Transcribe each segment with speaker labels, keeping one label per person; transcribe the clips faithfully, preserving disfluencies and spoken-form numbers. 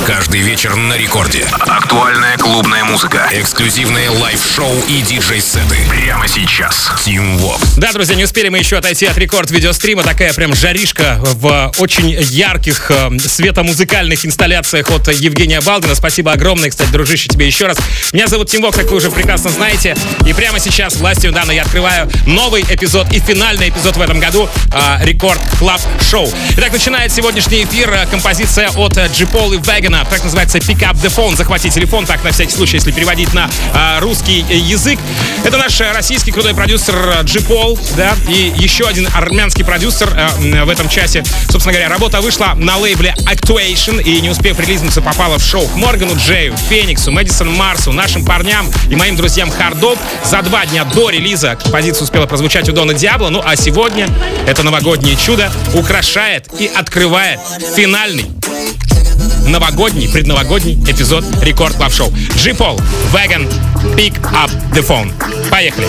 Speaker 1: Каждый вечер на рекорде. Актуальная клубная музыка. Эксклюзивные лайв-шоу и диджей-сеты. Прямо сейчас. Team Vox.
Speaker 2: Да, друзья, не успели мы еще отойти от рекорд-видеострима. Такая прям жаришка в очень ярких э, светомузыкальных инсталляциях от Евгения Балдина. Спасибо огромное, кстати, дружище, тебе еще раз. Меня зовут Team Vox, как вы уже прекрасно знаете. И прямо сейчас властью данной я открываю новый эпизод и финальный эпизод в этом году э, Рекорд Клаб Шоу. Итак, начинает сегодняшний эфир э, композиция от э, J-Paul и Vegana. Так называется Pick Up The Phone. Захвати телефон, так на всякий случай, если переводить на э, русский язык. Это наш э, российский крутой продюсер J-Paul, да, и еще один армянский продюсер э, в этом часе. Собственно говоря, работа вышла на лейбле Actuation и, не успев релизнуться, попала в шоу к Моргану Джею, Фениксу, Мэдисон Марсу, нашим парням и моим друзьям Hard Dog. За два дня до релиза композиция успела прозвучать у Дона Диабло. Ну а сегодня это новогоднее чудо украшает и открывает финальный новогодний, предновогодний эпизод Рекорд Клаб Шоу. J-Paul, Vegan, Pick Up The Phone. Поехали!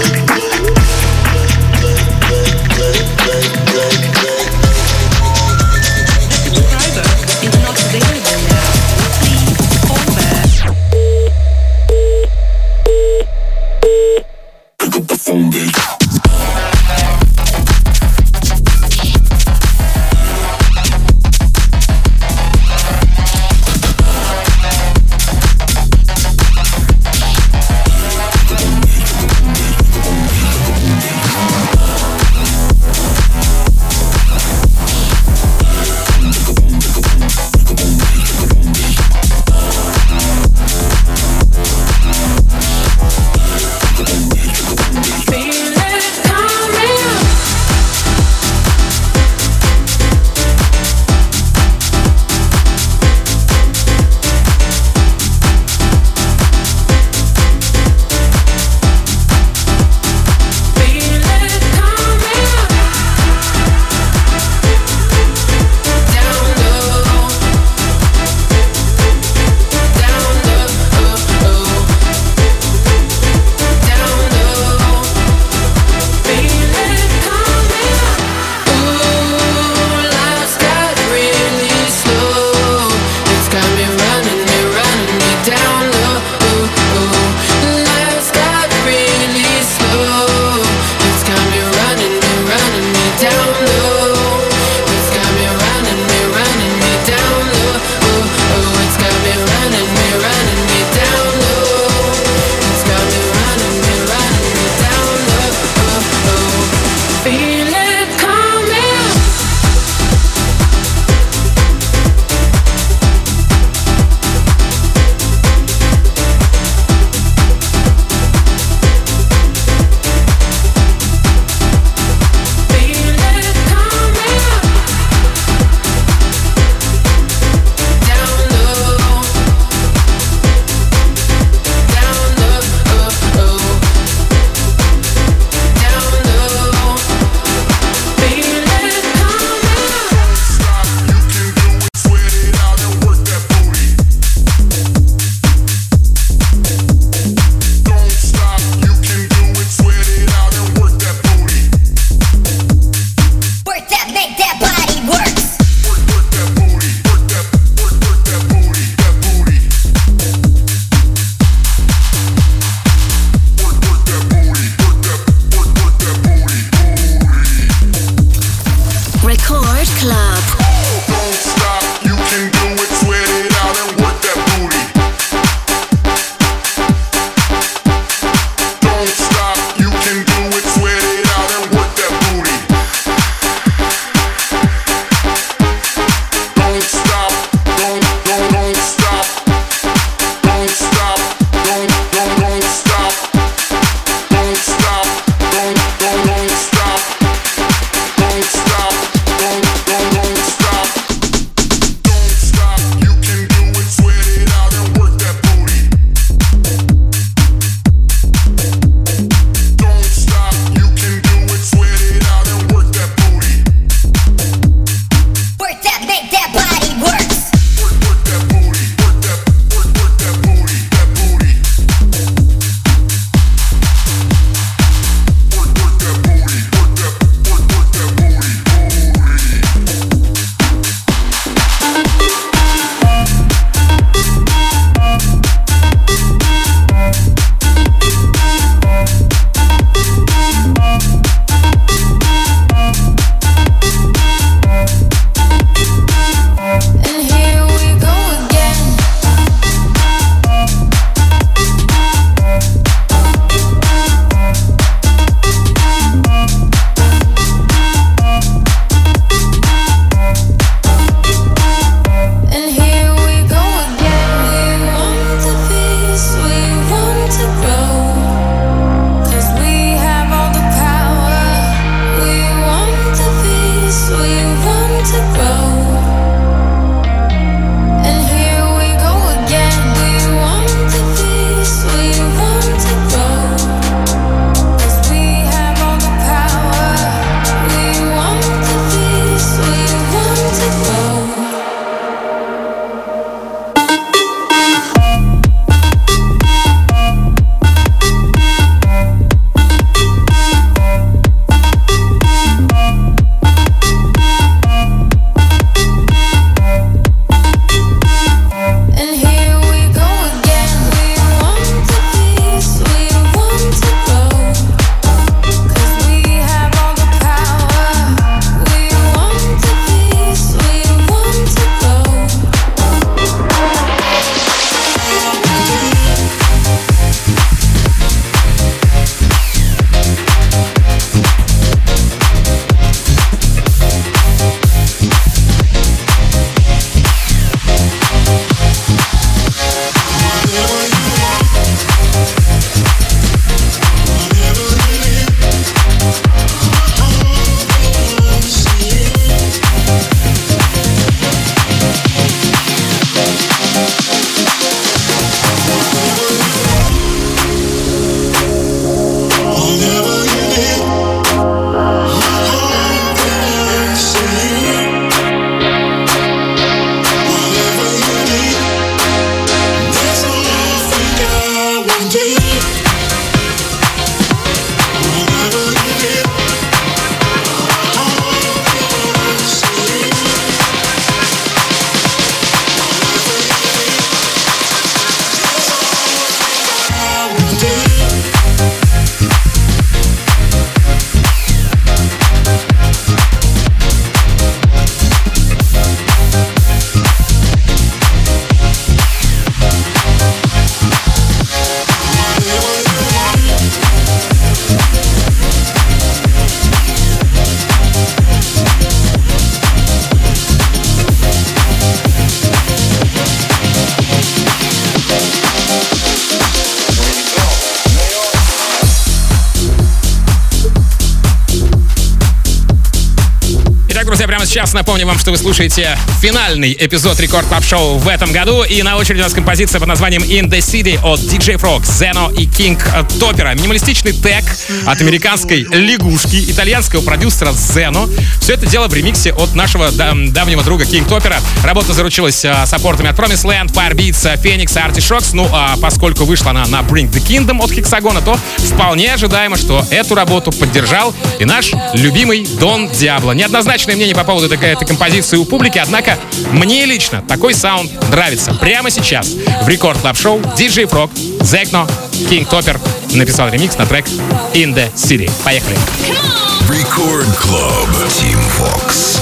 Speaker 2: прямо сейчас напомню вам, что вы слушаете финальный эпизод Рекорд Клаб Шоу в этом году. И на очереди у нас композиция под названием In The City от ди джей Frog, Zeno и King Topper. Минималистичный тег от американской лягушки, итальянского продюсера Zeno. Все это дело в ремиксе от нашего давнего друга King Topper. Работа заручилась саппортами от Promised Land, Firebeats, Phoenix, Artichokes. Ну, а поскольку вышла она на Bring The Kingdom от Hexagona, то вполне ожидаемо, что эту работу поддержал и наш любимый Дон Диабло. Неоднозначное мнение по поводу этой, этой композиции у публики, однако мне лично такой саунд нравится. Прямо сейчас в Рекорд Клаб Шоу ди джей Frog, Zeno, King Topper написал ремикс на трек In The City. Поехали.
Speaker 1: Record Club, Team Fox.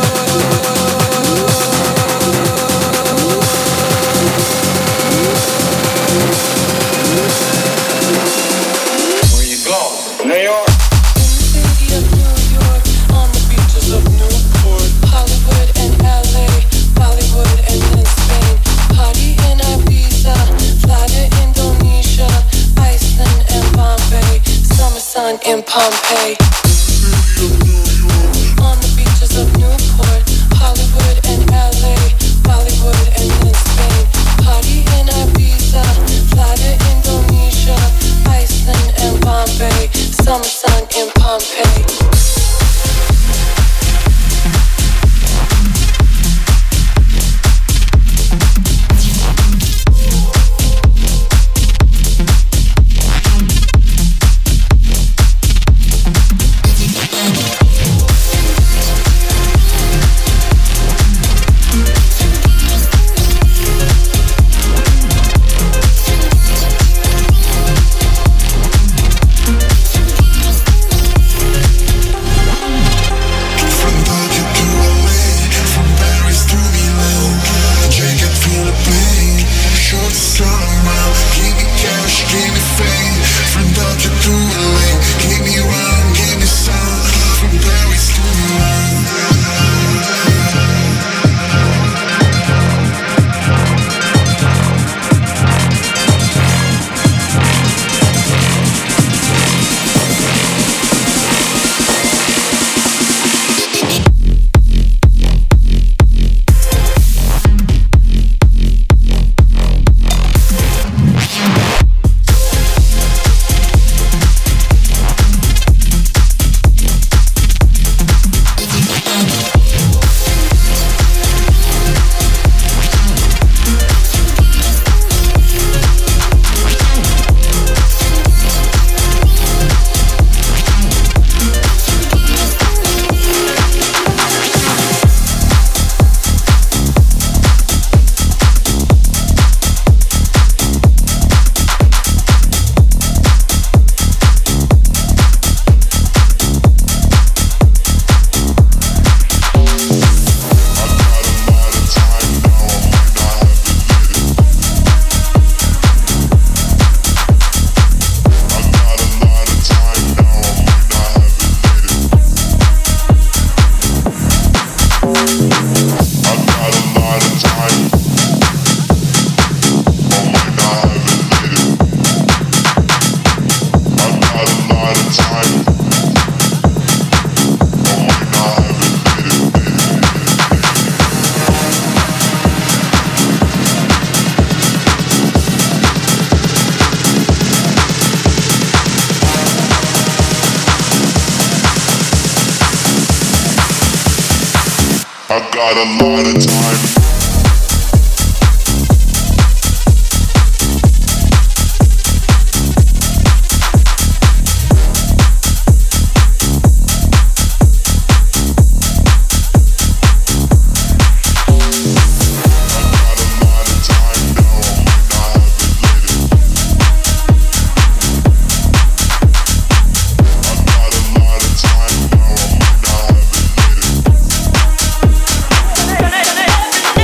Speaker 3: In Pompeii, on the beaches of Newport, Hollywood and L A, Bollywood and then Spain, party in Ibiza, fly to Indonesia, Iceland and Bombay, summer sun in Pompeii.
Speaker 4: Got a lot of time.
Speaker 3: Hey, hey, hey.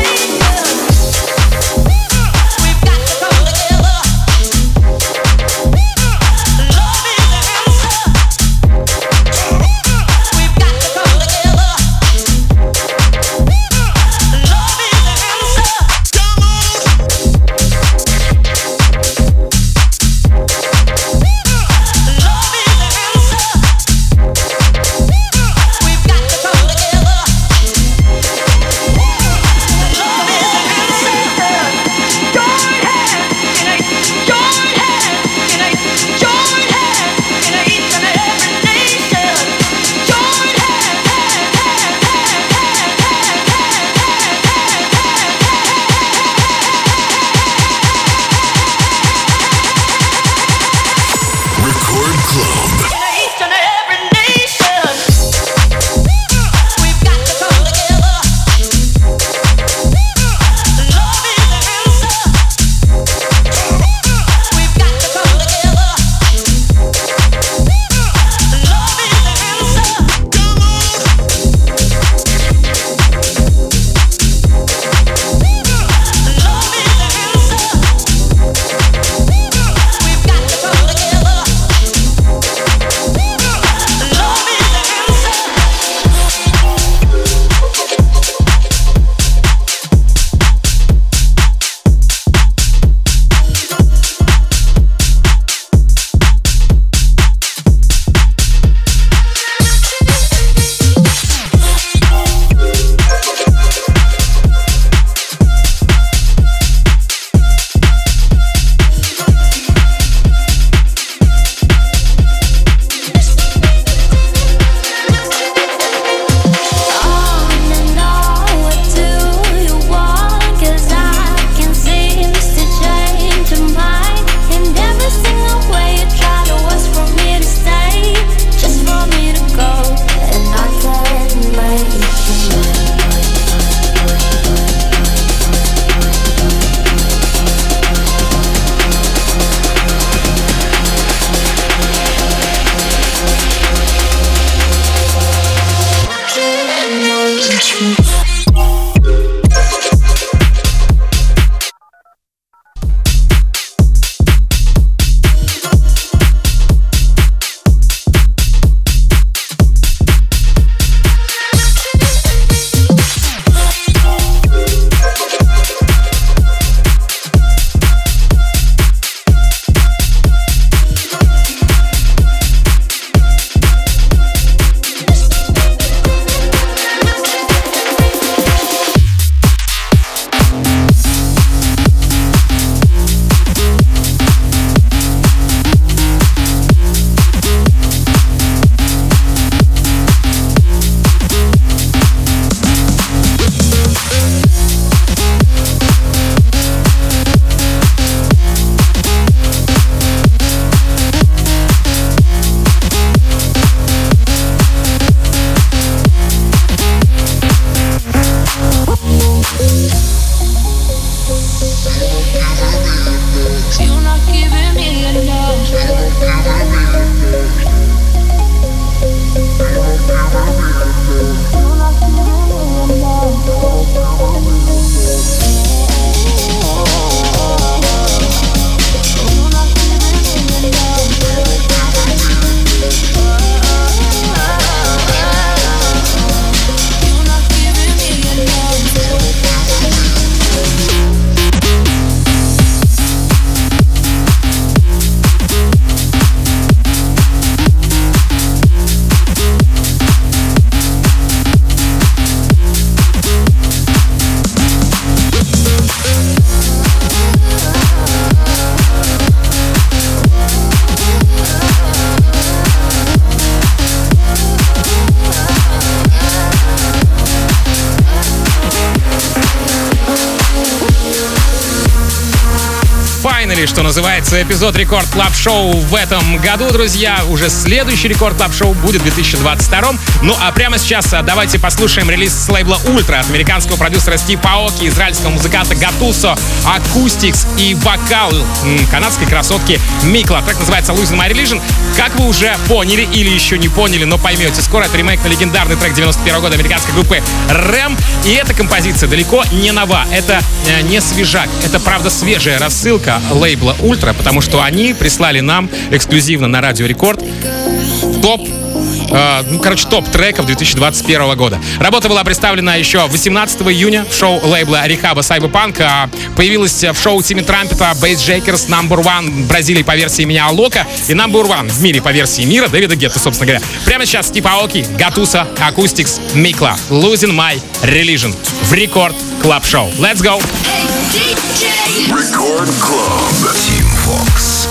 Speaker 2: Что называется, эпизод Рекорд Клаб Шоу в этом году, друзья. Уже следующий Рекорд Клаб Шоу будет в две тысячи двадцать втором. Ну а прямо сейчас давайте послушаем релиз с лейбла Ультра от американского продюсера Стив Аоки, израильского музыканта Гатусо, Acoustics и вокал канадской красотки Микла. Трек называется Losing My Religion. Как вы уже поняли или еще не поняли, но поймете, скоро это ремейк на легендарный трек девяносто первого года американской группы рэм. И эта композиция далеко не нова. Это э, не свежак. Это, правда, свежая рассылка лейбла Ультра, потому что они прислали нам эксклюзивно на Радио Рекорд топ Uh, ну, короче, топ треков две тысячи двадцать первого года. Работа была представлена еще восемнадцатого июня в шоу лейбла Рехаба Cyberpunk. Uh, появилась в шоу Тимми Трампета Bass Jakers Number One в Бразилии по версии меня Алока и Number One в мире по версии мира Дэвида Гетта, собственно говоря. Прямо сейчас Стив Аоки, Гатусо, Acoustics, Микла, Losing My Religion в Рекорд Клаб Шоу. Let's go!
Speaker 1: Record Club. Team Fox.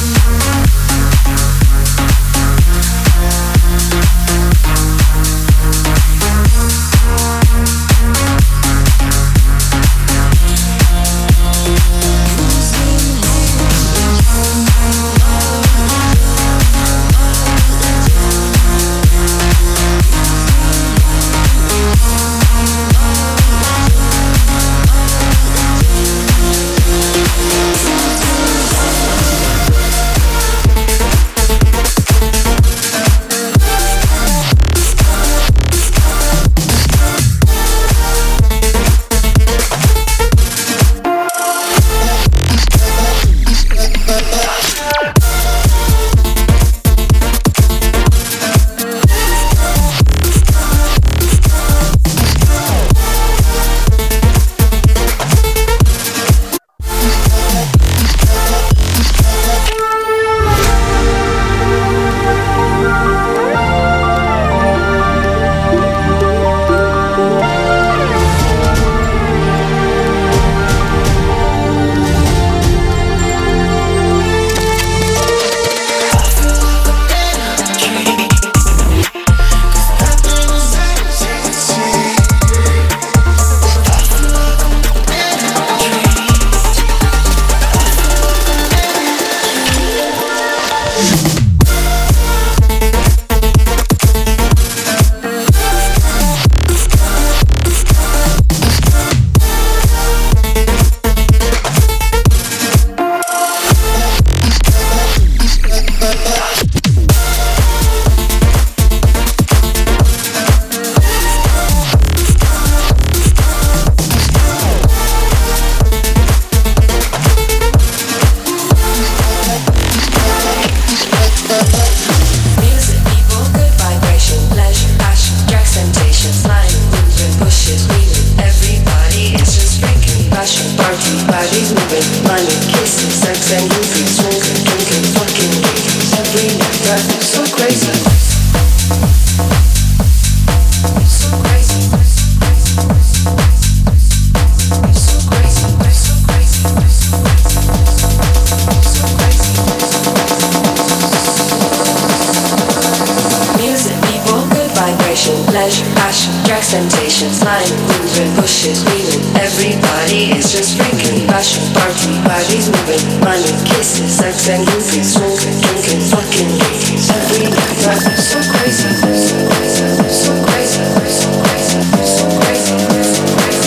Speaker 3: Pleasure, passion, drag sensations, lying, moving, pushes, leaving. Everybody is just freaking. Passion, party, bodies moving. Money, kisses, sex and goofy, smoking, drinking, fucking. Every night, so crazy, so crazy, so crazy, so crazy, so crazy, so crazy.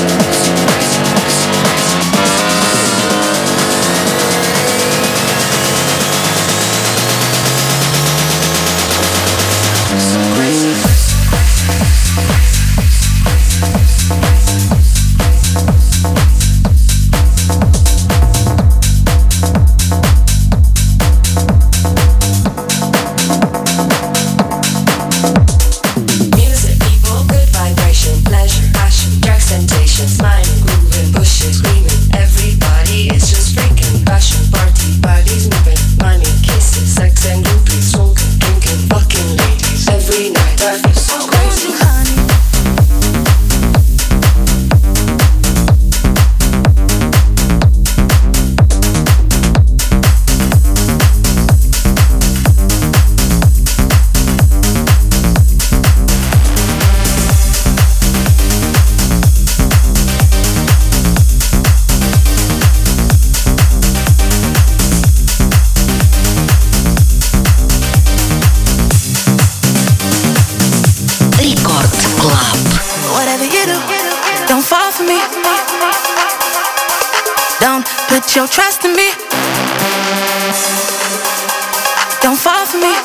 Speaker 5: Don't put your trust in me. Don't fall for me.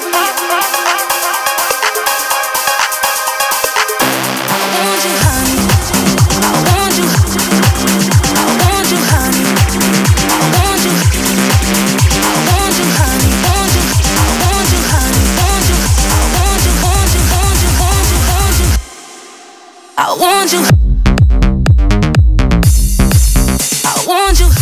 Speaker 5: I want you. I want you.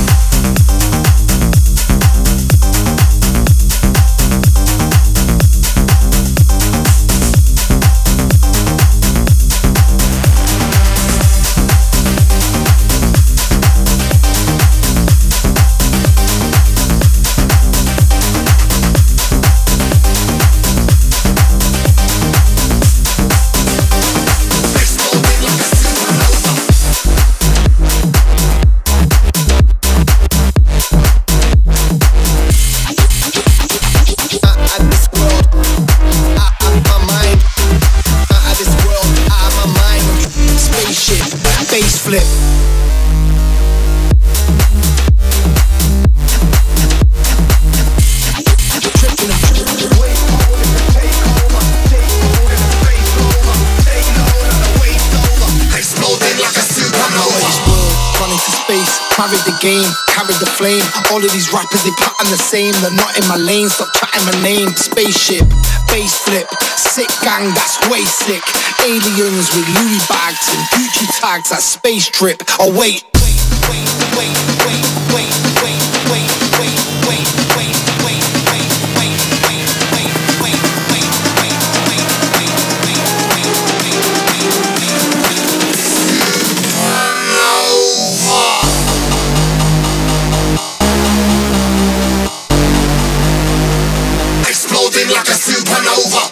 Speaker 6: Carried the game, carried the flame. All of these rappers, they pattern the same. They're not in my lane, stop chatting my name. Spaceship, bass flip, sick gang, that's way sick. Aliens with Louis bags and Gucci tags, that's space trip. Oh wait, wait, wait, wait, wait, wait, wait, wait, wait, wait, wait, wait, wait, wait, wait, wait, wait, wait, wait, exploding like a supernova.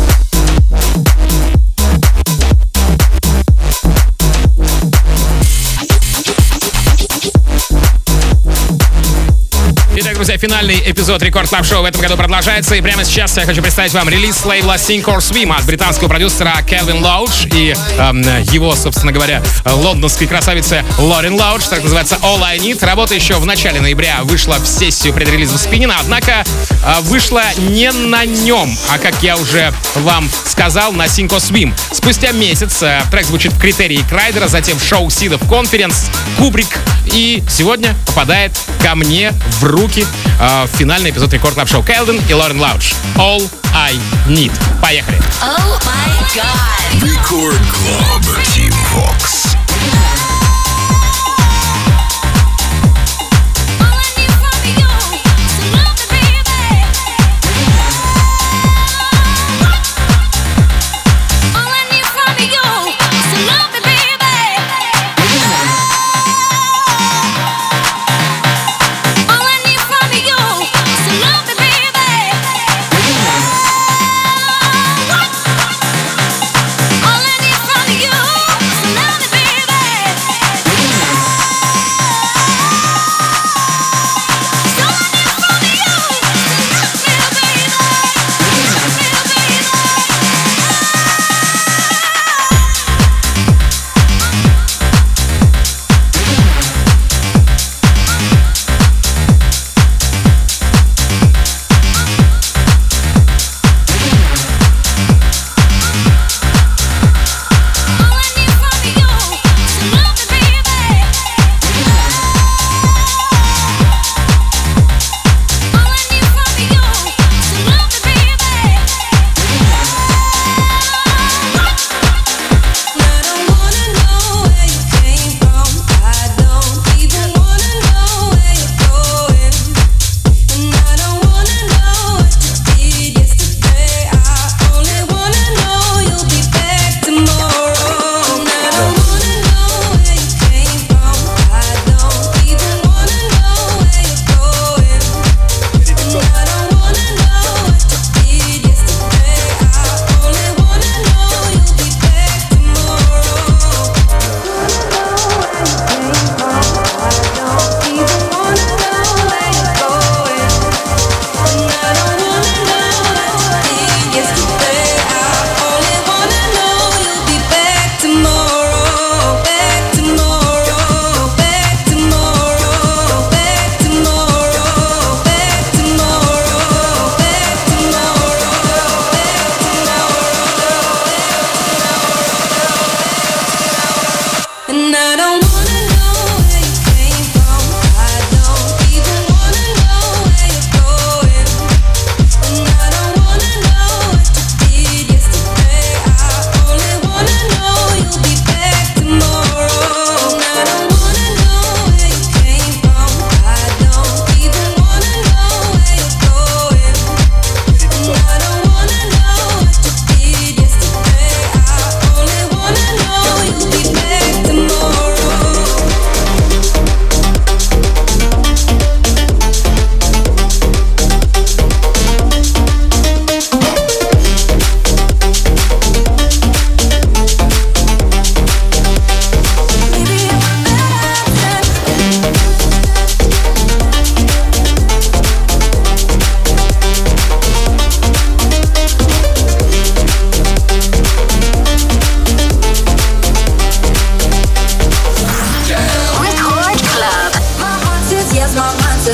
Speaker 2: Итак, друзья, финальный эпизод Рекорд Клаб Шоу в этом году продолжается. И прямо сейчас я хочу представить вам релиз с лейбла Sink or Swim от британского продюсера Келвин Лоудж и э, его, собственно говоря, лондонской красавицы Лорен Лоудж. Так называется All I Need. Работа еще в начале ноября вышла в сессию предрелиза Спиннина, однако э, вышла не на нем, а, как я уже вам сказал, на Sink or Swim. Спустя месяц э, трек звучит в критерии Крайдера, затем в шоу Сидов Конференс, Кубрик, и сегодня попадает ко мне в руки э, в финальный эпизод Рекорд Клаб Шоу. Келвин и Лорен Лаудж. All I Need. Поехали.
Speaker 5: Oh my God.
Speaker 1: Record Club. Team Vox.
Speaker 5: All I need from you is love, baby.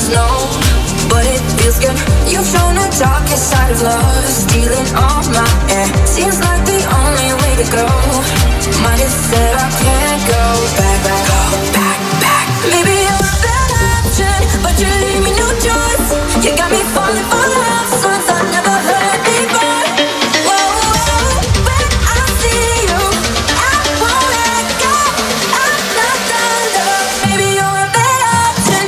Speaker 5: others know, but it feels good. You've shown the darkest side of love, stealing all my air. Seems like the only way to go. Might have said I can't go back, back, go back, back. Maybe you're a bad option, but you leave me no choice. You got me falling for love songs I never heard before. Whoa, whoa, when I see you, I won't let go. I'm not done, love. Maybe you're a bad option.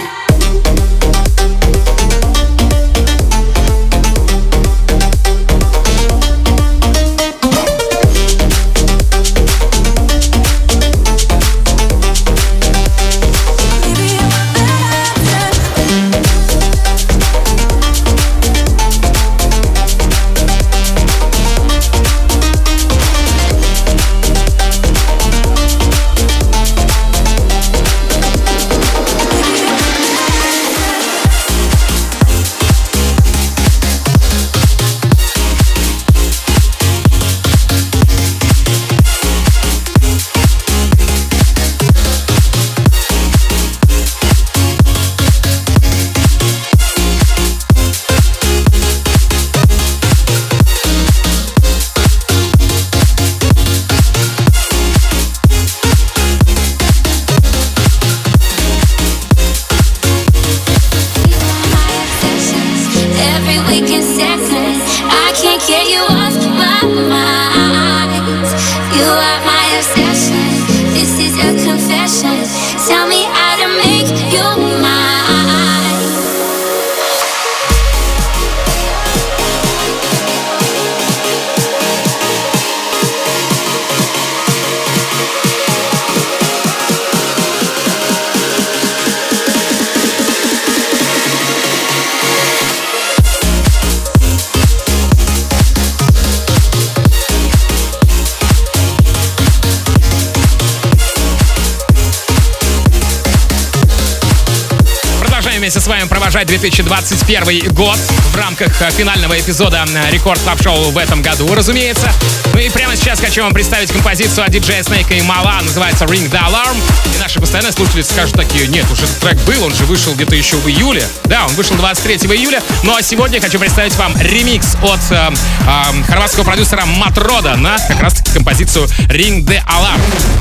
Speaker 2: Вместе с вами провожать две тысячи двадцать первый год в рамках финального эпизода Рекорд Клаб Шоу в этом году, разумеется. Ну и прямо сейчас хочу вам представить композицию от диджея Снейка и Мала, называется Ring the Alarm. И наши постоянные слушатели скажут такие: нет, уже этот трек был, он же вышел где-то еще в июле. Да, он вышел двадцать третьего июля. Ну а сегодня я хочу представить вам ремикс от э, э, хорватского продюсера Матрода на как раз таки композицию Ring the Alarm.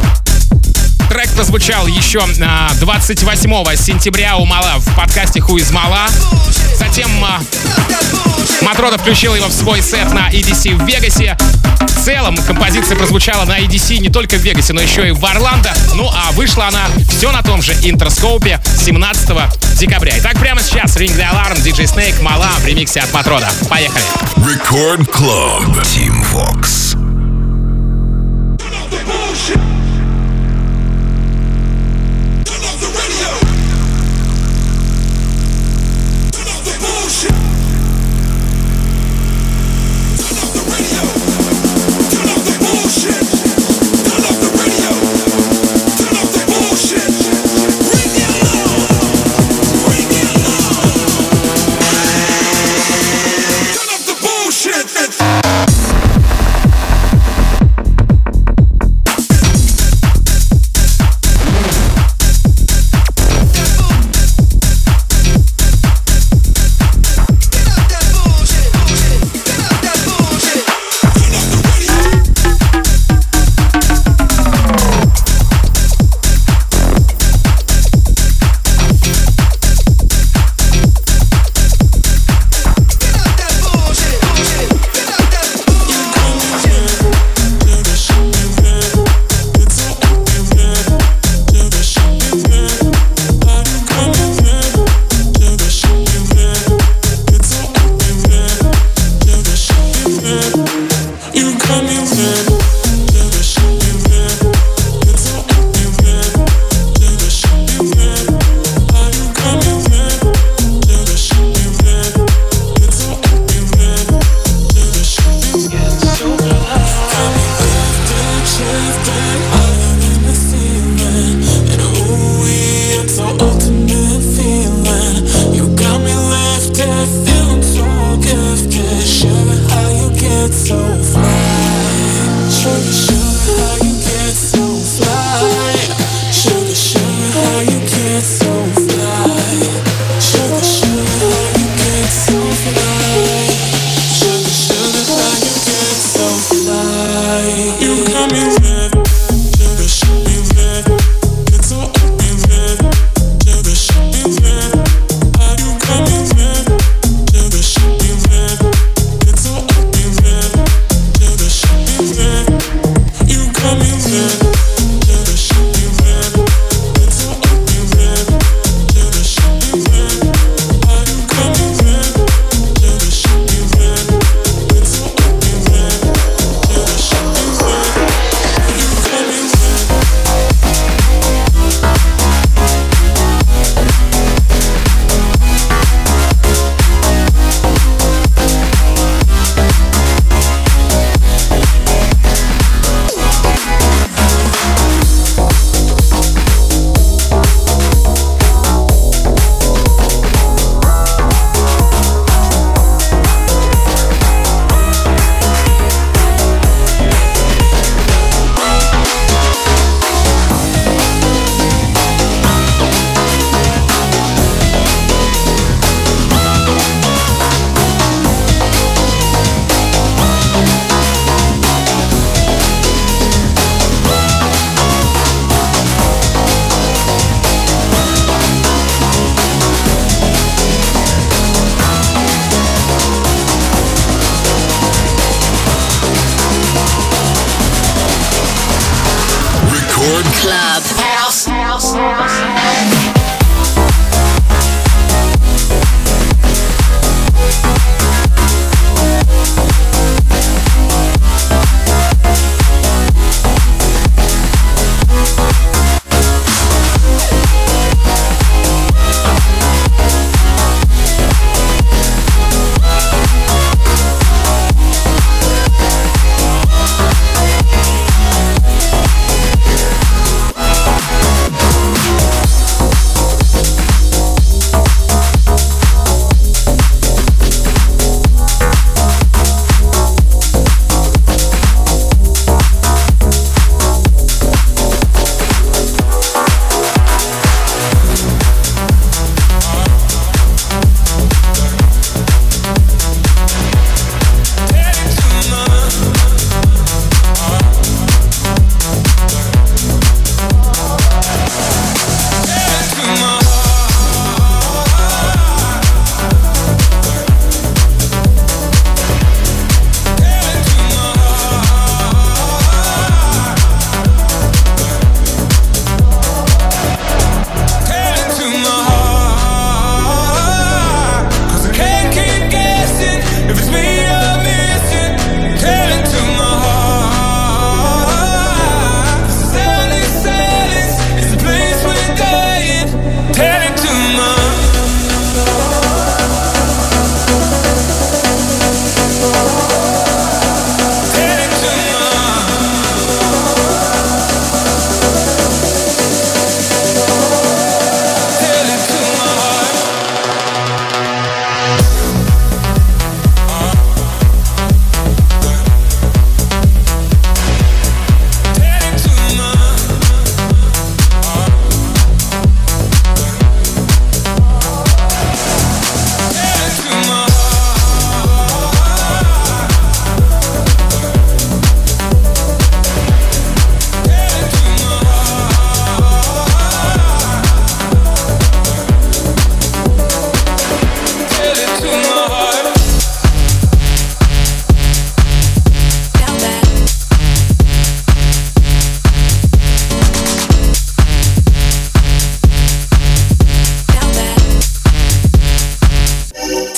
Speaker 2: Трек прозвучал еще двадцать восьмого сентября у Мала в подкасте Who is Mala. Затем Матрода включил его в свой сет на и ди си в Вегасе. В целом композиция прозвучала на и ди си не только в Вегасе, но еще и в Орландо. Ну а вышла она все на том же Интерскоупе семнадцатого декабря. Итак, прямо сейчас Ring the Alarm, диджей Snake, Mala в ремиксе от Матрода. Поехали!
Speaker 1: Record Club. Team Vox.
Speaker 7: Bullshit.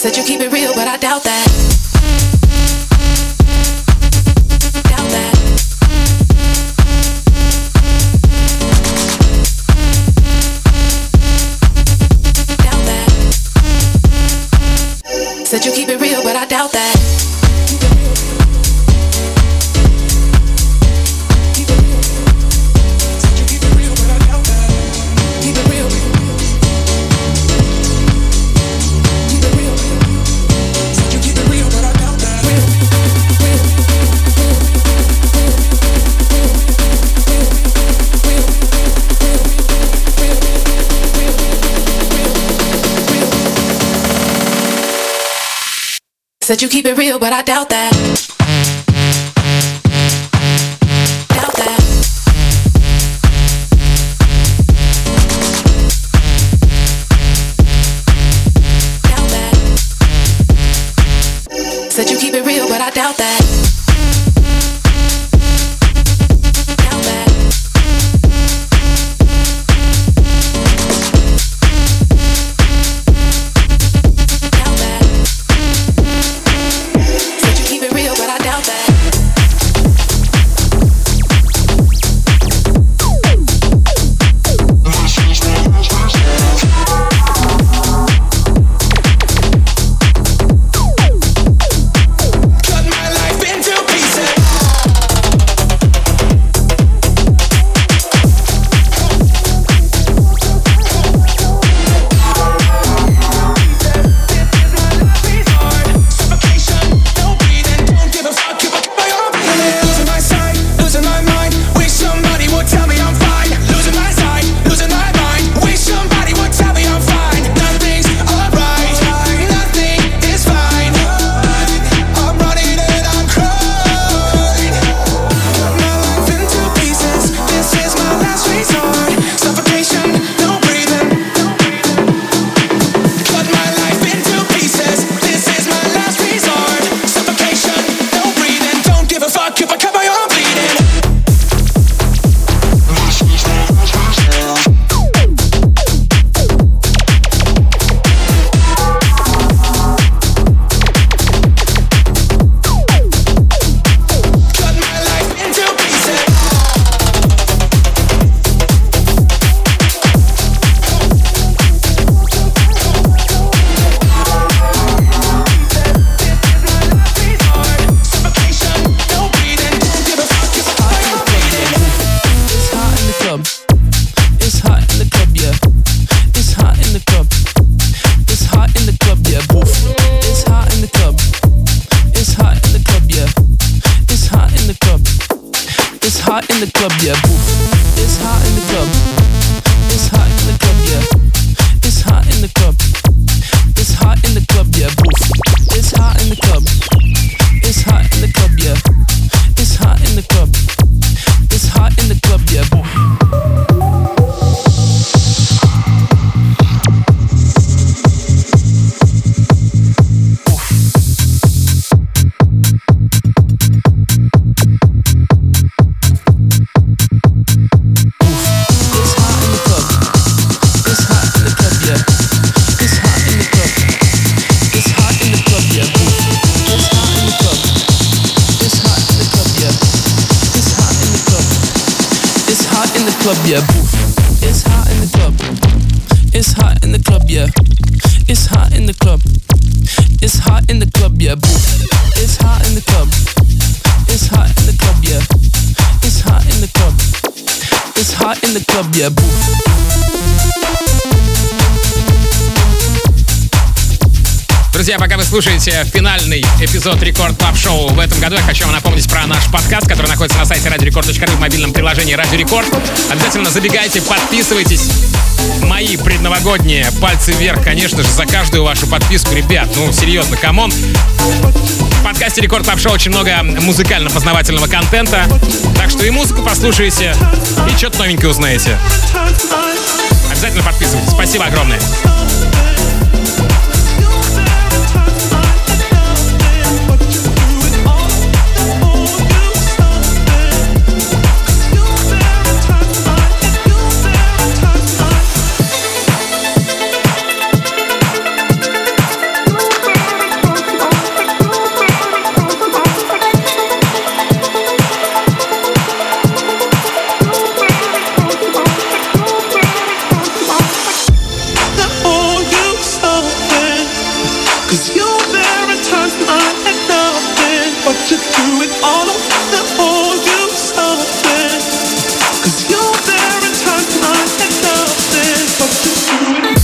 Speaker 3: Said you keep it real, but I doubt that. Doubt that. Doubt that. Said you keep it real, but I doubt that. Said you keep it real, but I doubt that. Doubt that. Doubt that. Said you keep it real, but I doubt that. Doubt that. Doubt that. Said you keep it real, but I doubt that.
Speaker 7: Cut my life into pieces. Suffocation, no breathing, don't give a fuck if I keep my arm bleeding. Losing my sight, losing my mind. Wish somebody would tell me I'm fine. Losing my sight, losing my mind. Wish somebody would tell me I'm fine. Nothing's alright, nothing is fine. I'm running and I'm crying. Cut my life into pieces. This is my last resort. Suffocation, no breathing. Cut my life into pieces. This is my last resort. Suffocation, no breathing. Don't give a fuck if I cut my arm bleeding. Cut my life into pieces. Suffocation, no breathing. Don't give a fuck if I cut my arm bleeding.
Speaker 8: It's hot in the club. It's hot in the club, yeah. It's hot in the club. It's hot in the club, yeah. Boof. It's hot in the club. It's hot in the club, yeah. It's hot in the club. It's hot in the club, yeah. Boof. It's hot in the club. It's hot in the club, yeah. It's hot in the club. It's hot in the club, yeah. Boof. It's hot in the club. It's hot in the club, yeah. It's hot in the club. It's hot in the club, yeah. Boof. It's hot in the club. It's hot in the club, yeah. It's hot in the club. It's hot in the club, yeah. Boof. It's hot in the club. It's hot in the club, yeah. It's hot in the club. It's hot in the club, yeah. Boof. It's hot in the club. It's hot in the club, yeah. It's hot in the club. It's hot in the club, yeah. Boof. It's hot in the club. It's hot in the club, yeah. It's hot in the club. It's hot in the club, yeah. Boof.
Speaker 2: Друзья, пока вы слушаете финальный эпизод Рекорд Клаб Шоу в этом году, я хочу вам напомнить про наш подкаст, который находится на сайте радио рекорд точка ру в мобильном приложении Радио Рекорд. Обязательно забегайте, подписывайтесь. Мои предновогодние пальцы вверх, конечно же, за каждую вашу подписку. Ребят, ну серьезно, камон. В подкасте Рекорд Клаб Шоу очень много музыкально-познавательного контента. Так что и музыку послушаете, и что-то новенькое узнаете. Обязательно подписывайтесь. Спасибо огромное.
Speaker 7: Cause you were there at times when I had nothing, but you threw it all up to hold you something. Cause you were there at times when I had nothing, but you threw it.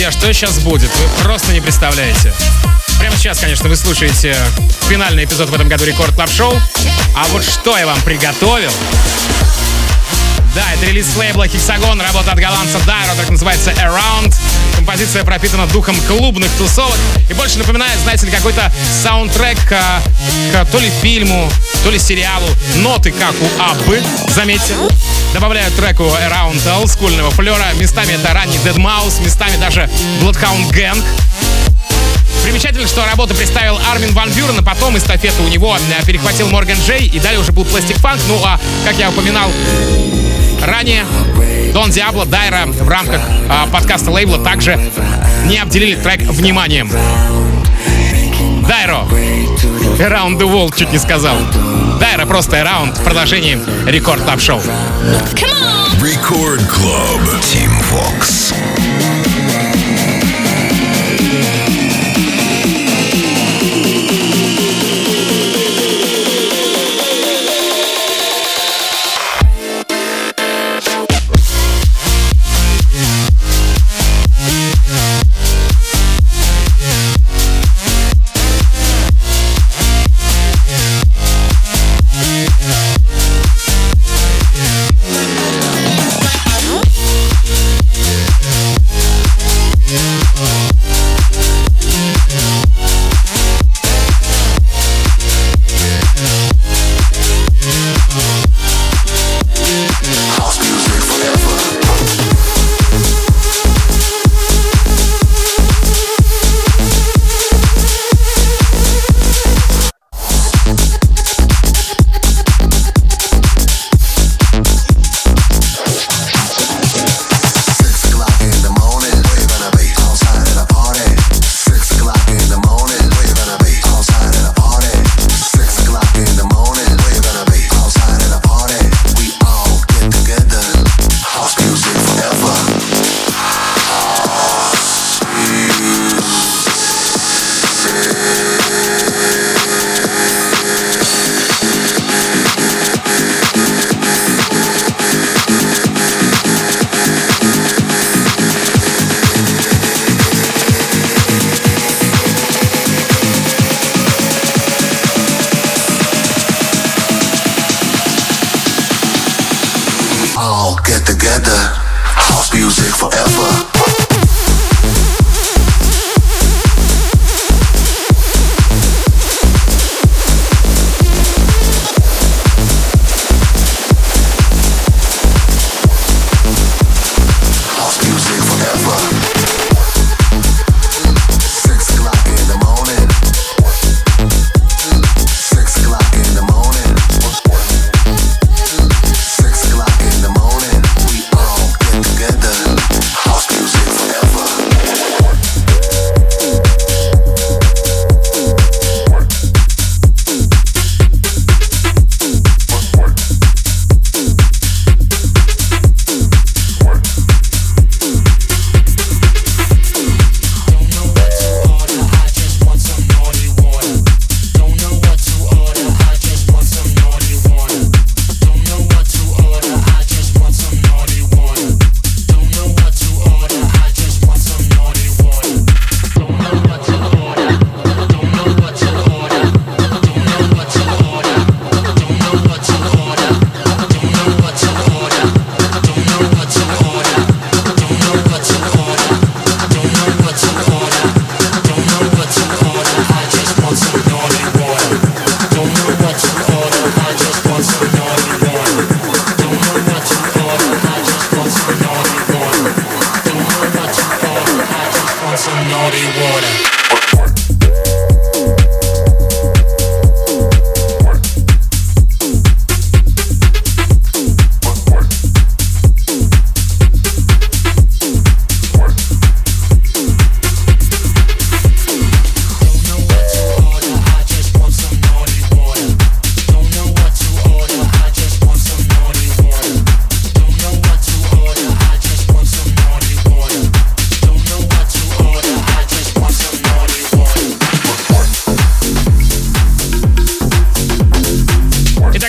Speaker 2: друзья, что сейчас будет, вы просто не представляете. Прямо сейчас, конечно, вы слушаете финальный эпизод в этом году Рекорд Клаб Шоу. А вот что я вам приготовил. Да, это релиз с лейбла Hexagon, работа от голландца Дайро, так называется Around. Композиция пропитана духом клубных тусовок и больше напоминает, знаете ли, какой-то саундтрек к, к то ли фильму, то ли сериалу. Ноты, как у Аббы, заметьте. Добавляют треку Around олдскульного флера. Местами это ранний Deadmau5, местами даже Bloodhound Gang. Примечательно, что работу представил Армин ван Бюрен, а потом эстафету у него перехватил Морган Джей, и далее уже был Plastic Funk. Ну а, как я упоминал ранее, Дон Диабло, Дайро в рамках а, подкаста лейбла также не обделили трек вниманием. Дайро, Around the World, чуть не сказал. Дайро просто Around в продолжении Рекорд Клаб Шоу.
Speaker 1: Рекорд Клаб, Team Fox.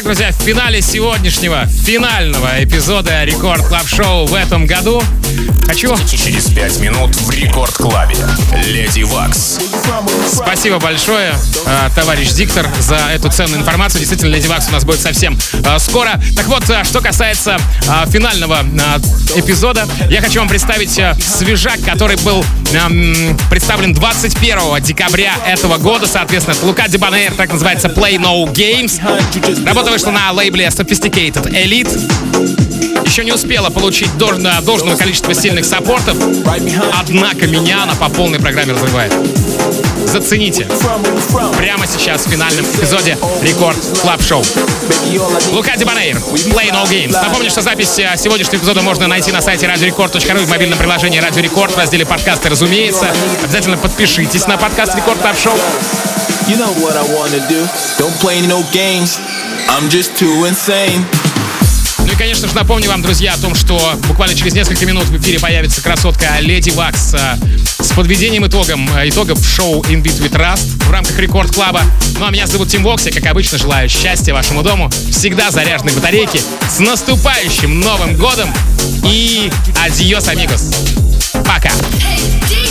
Speaker 2: друзья, в финале сегодняшнего финального эпизода Рекорд Клаб Шоу в этом году хочу...
Speaker 1: Через пять минут в Рекорд Клабе Леди Вакс.
Speaker 2: Спасибо большое, товарищ диктор, за эту ценную информацию. Действительно, Леди Вакс у нас будет совсем скоро. Так вот, что касается финального эпизода, я хочу вам представить свежак, который был представлен двадцать первого декабря этого года. Соответственно, это Лука Дебанейр, так называется Play No Games. Работа вышла на лейбле Sophisticated Elite. Еще не успела получить должное, должного количества сильных саппортов, однако меня она по полной программе разрывает. Зацените. Прямо сейчас в финальном эпизоде Рекорд Клаб Шоу. Лука Дебанейр, Play No Games. Напомню, что запись сегодняшнего эпизода можно найти на сайте радио рекорд точка ру, в мобильном приложении Радио Рекорд, в разделе подкасты, разумеется. Обязательно подпишитесь на подкаст Рекорд Клаб Шоу.
Speaker 9: You know what I wanna do. Don't play no games. I'm just too insane.
Speaker 2: Ну и, конечно же, напомню вам, друзья, о том, что буквально через несколько минут в эфире появится красотка Леди Вакс с подведением итогом, итогов шоу In Beat with Rust в рамках Рекорд Клаба. Ну а меня зовут Тим Вокс, я, как обычно, желаю счастья вашему дому, всегда заряженной батарейки, с наступающим Новым годом и адьос, амигос. Пока!
Speaker 5: Hey,